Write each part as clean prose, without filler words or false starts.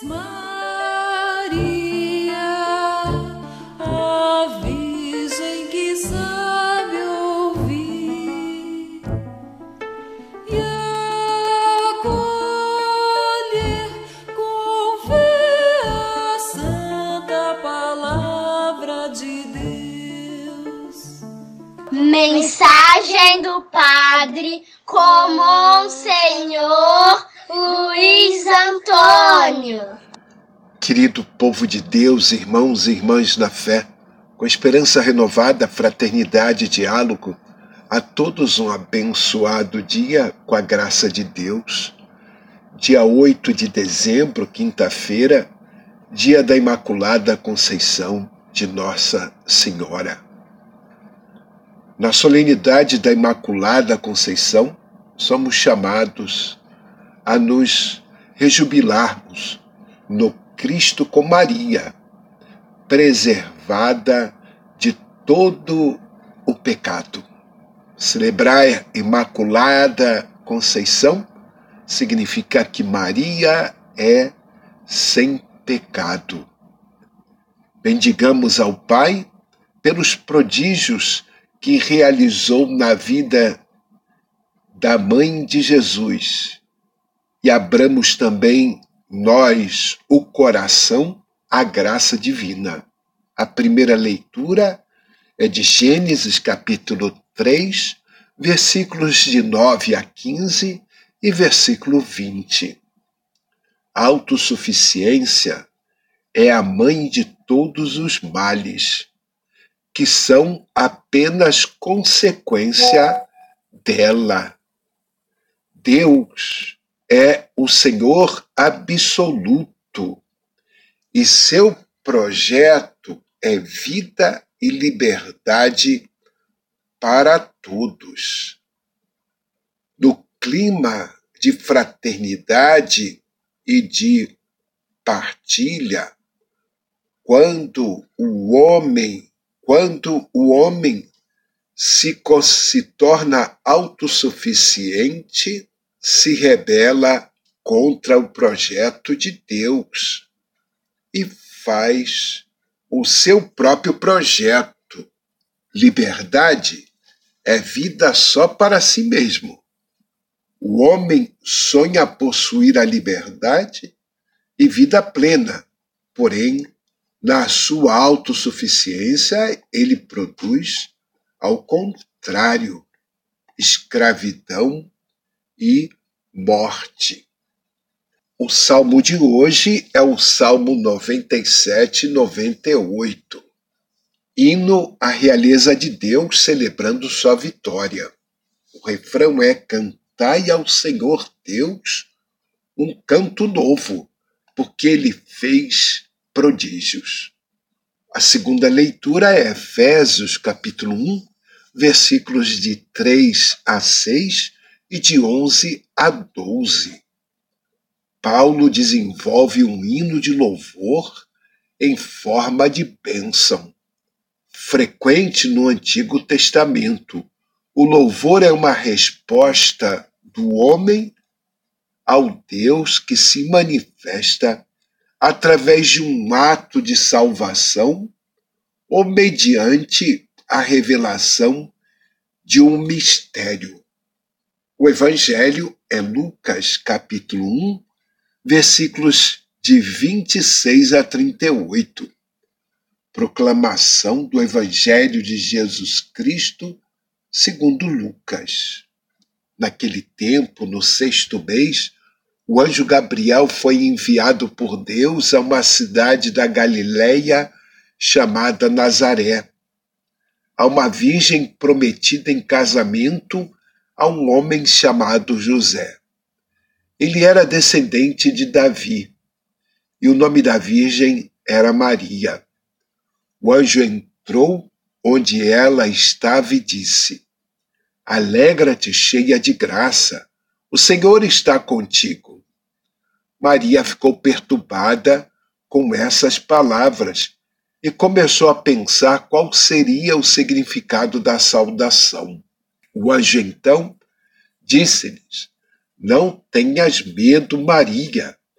Maria, a Virgem que sabe ouvir e acolher com fé a santa palavra de Deus. Mensagem do Padre com Monsenhor Luiz Antônio. Querido povo de Deus, irmãos e irmãs na fé, com esperança renovada, fraternidade e diálogo, a todos um abençoado dia com a graça de Deus. Dia 8 de dezembro, quinta-feira, dia da Imaculada Conceição de Nossa Senhora. Na solenidade da Imaculada Conceição, somos chamados a nos rejubilarmos no Cristo com Maria, preservada de todo o pecado. Celebrar a Imaculada Conceição significa que Maria é sem pecado. Bendigamos ao Pai pelos prodígios que realizou na vida da Mãe de Jesus. E abramos também nós o coração à graça divina. A primeira leitura é de Gênesis capítulo 3, versículos de 9 a 15 e versículo 20. A autossuficiência é a mãe de todos os males, que são apenas consequência dela. Deus é o Senhor absoluto e seu projeto é vida e liberdade para todos. No clima de fraternidade e de partilha, quando o homem se torna autossuficiente, se rebela contra o projeto de Deus e faz o seu próprio projeto. Liberdade é vida só para si mesmo. O homem sonha possuir a liberdade e vida plena, porém, na sua autossuficiência, ele produz, ao contrário, escravidão e morte. O salmo de hoje é o Salmo 97, 98. Hino à realeza de Deus celebrando sua vitória. O refrão é: cantai ao Senhor Deus um canto novo, porque Ele fez prodígios. A segunda leitura é Efésios capítulo 1, versículos de 3 a 6 e de 11 a 12. Paulo desenvolve um hino de louvor em forma de bênção. Frequente no Antigo Testamento, o louvor é uma resposta do homem ao Deus que se manifesta através de um ato de salvação ou mediante a revelação de um mistério. O Evangelho é Lucas, capítulo 1, versículos de 26 a 38. Proclamação do Evangelho de Jesus Cristo, segundo Lucas. Naquele tempo, no 6º mês, o anjo Gabriel foi enviado por Deus a uma cidade da Galileia chamada Nazaré, a uma virgem prometida em casamento a um homem chamado José. Ele era descendente de Davi, e o nome da virgem era Maria. O anjo entrou onde ela estava e disse: Alegra-te, cheia de graça, o Senhor está contigo. Maria ficou perturbada com essas palavras e começou a pensar qual seria o significado da saudação. O anjo então disse-lhes: Não tenhas medo, Maria,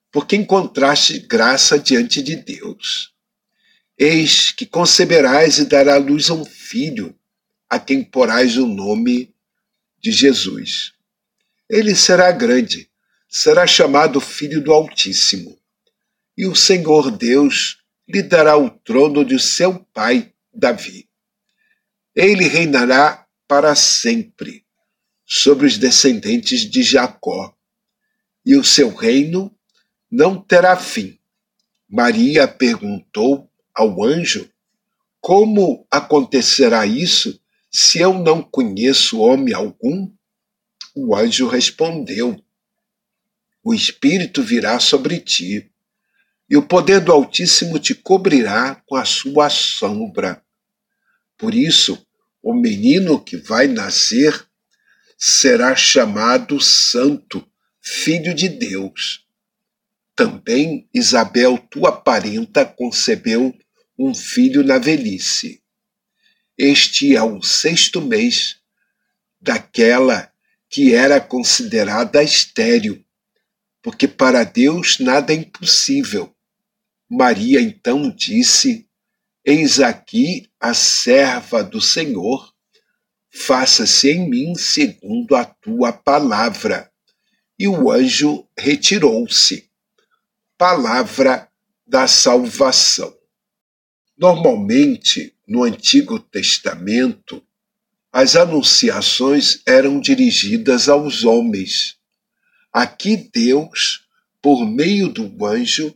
porque encontraste graça diante de Deus. Eis que conceberás e darás à luz a um filho, a quem porás o nome de Jesus. Ele será grande, será chamado Filho do Altíssimo, e o Senhor Deus lhe dará o trono de seu pai Davi. Ele reinará para sempre sobre os descendentes de Jacó, e o seu reino não terá fim. Maria perguntou ao anjo: como acontecerá isso, se eu não conheço homem algum? O anjo respondeu: o Espírito virá sobre ti, e o poder do Altíssimo te cobrirá com a sua sombra. Por isso, o menino que vai nascer será chamado Santo, Filho de Deus. Também Isabel, tua parenta, concebeu um filho na velhice. Este é o 6º mês daquela que era considerada estéril, porque para Deus nada é impossível. Maria então disse: eis aqui a serva do Senhor, faça-se em mim segundo a tua palavra. E o anjo retirou-se. Palavra da salvação. Normalmente, no Antigo Testamento, as anunciações eram dirigidas aos homens. Aqui Deus, por meio do anjo,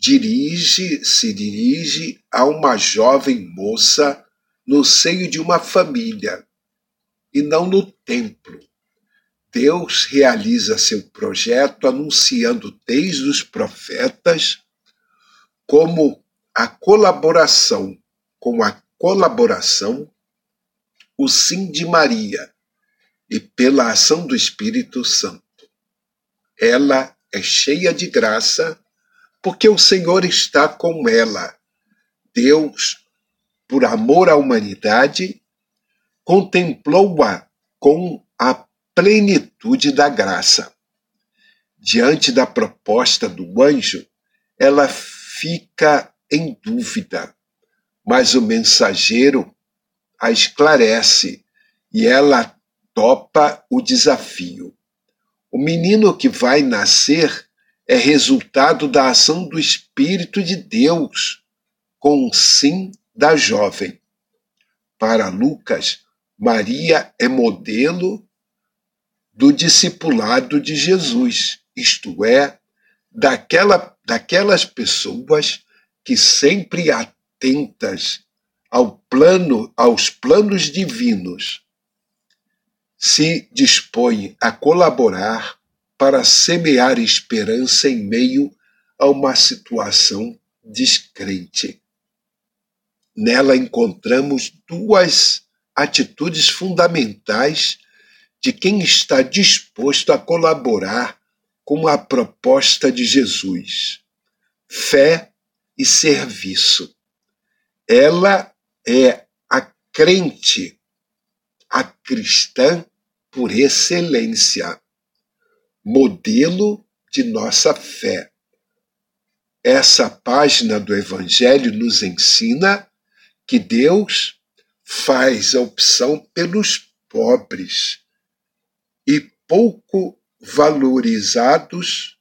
se dirige a uma jovem moça no seio de uma família, e não no templo. Deus realiza seu projeto anunciando desde os profetas com a colaboração, o sim de Maria, e pela ação do Espírito Santo. Ela é cheia de graça, porque o Senhor está com ela. Deus, por amor à humanidade, contemplou-a com a plenitude da graça. Diante da proposta do anjo, ela fica em dúvida, mas o mensageiro a esclarece e ela topa o desafio. O menino que vai nascer é resultado da ação do Espírito de Deus, com o sim da jovem. Para Lucas, Maria é modelo do discipulado de Jesus, isto é, daquelas pessoas que sempre atentas aos planos divinos se dispõem a colaborar para semear esperança em meio a uma situação descrente. Nela encontramos 2 atitudes fundamentais de quem está disposto a colaborar com a proposta de Jesus: fé e serviço. Ela é a crente, a cristã por excelência, modelo de nossa fé. Essa página do Evangelho nos ensina que Deus faz a opção pelos pobres e pouco valorizados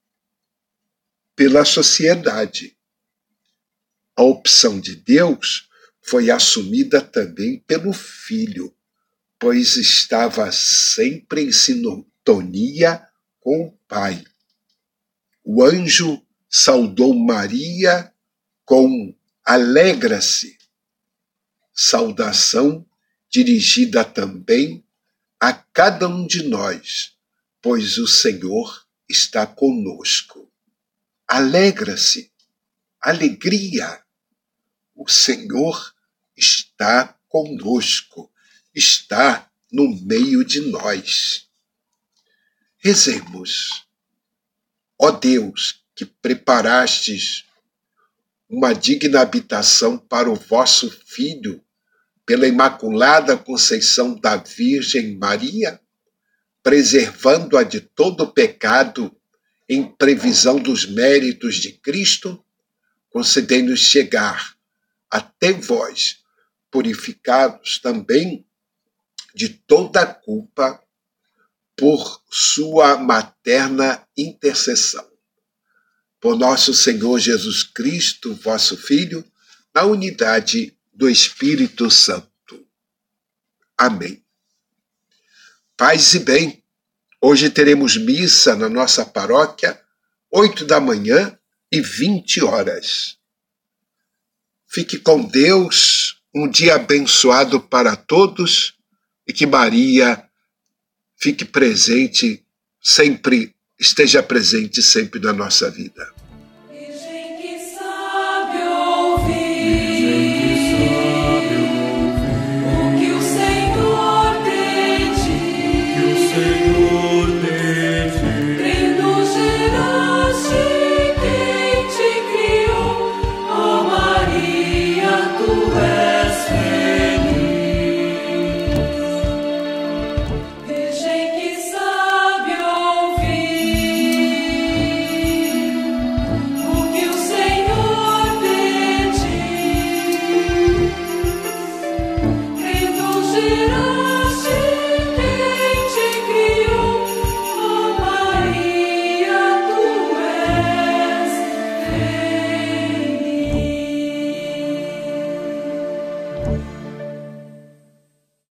pela sociedade. A opção de Deus foi assumida também pelo Filho, pois estava sempre em sintonia com o Pai. O anjo saudou Maria com alegra-se, saudação dirigida também a cada um de nós, pois o Senhor está conosco. Alegra-se, alegria, o Senhor está conosco, está no meio de nós. Rezemos. Ó Deus, que preparastes uma digna habitação para o vosso Filho, pela Imaculada Conceição da Virgem Maria, preservando-a de todo pecado, em previsão dos méritos de Cristo, concedei-nos chegar até vós, purificados também de toda a culpa por sua materna intercessão. Por nosso Senhor Jesus Cristo, vosso Filho, na unidade do Espírito Santo. Amém. Paz e bem, hoje teremos missa na nossa paróquia, 8 da manhã e 20 horas. Fique com Deus, um dia abençoado para todos e que Maria fique presente sempre, esteja presente sempre na nossa vida.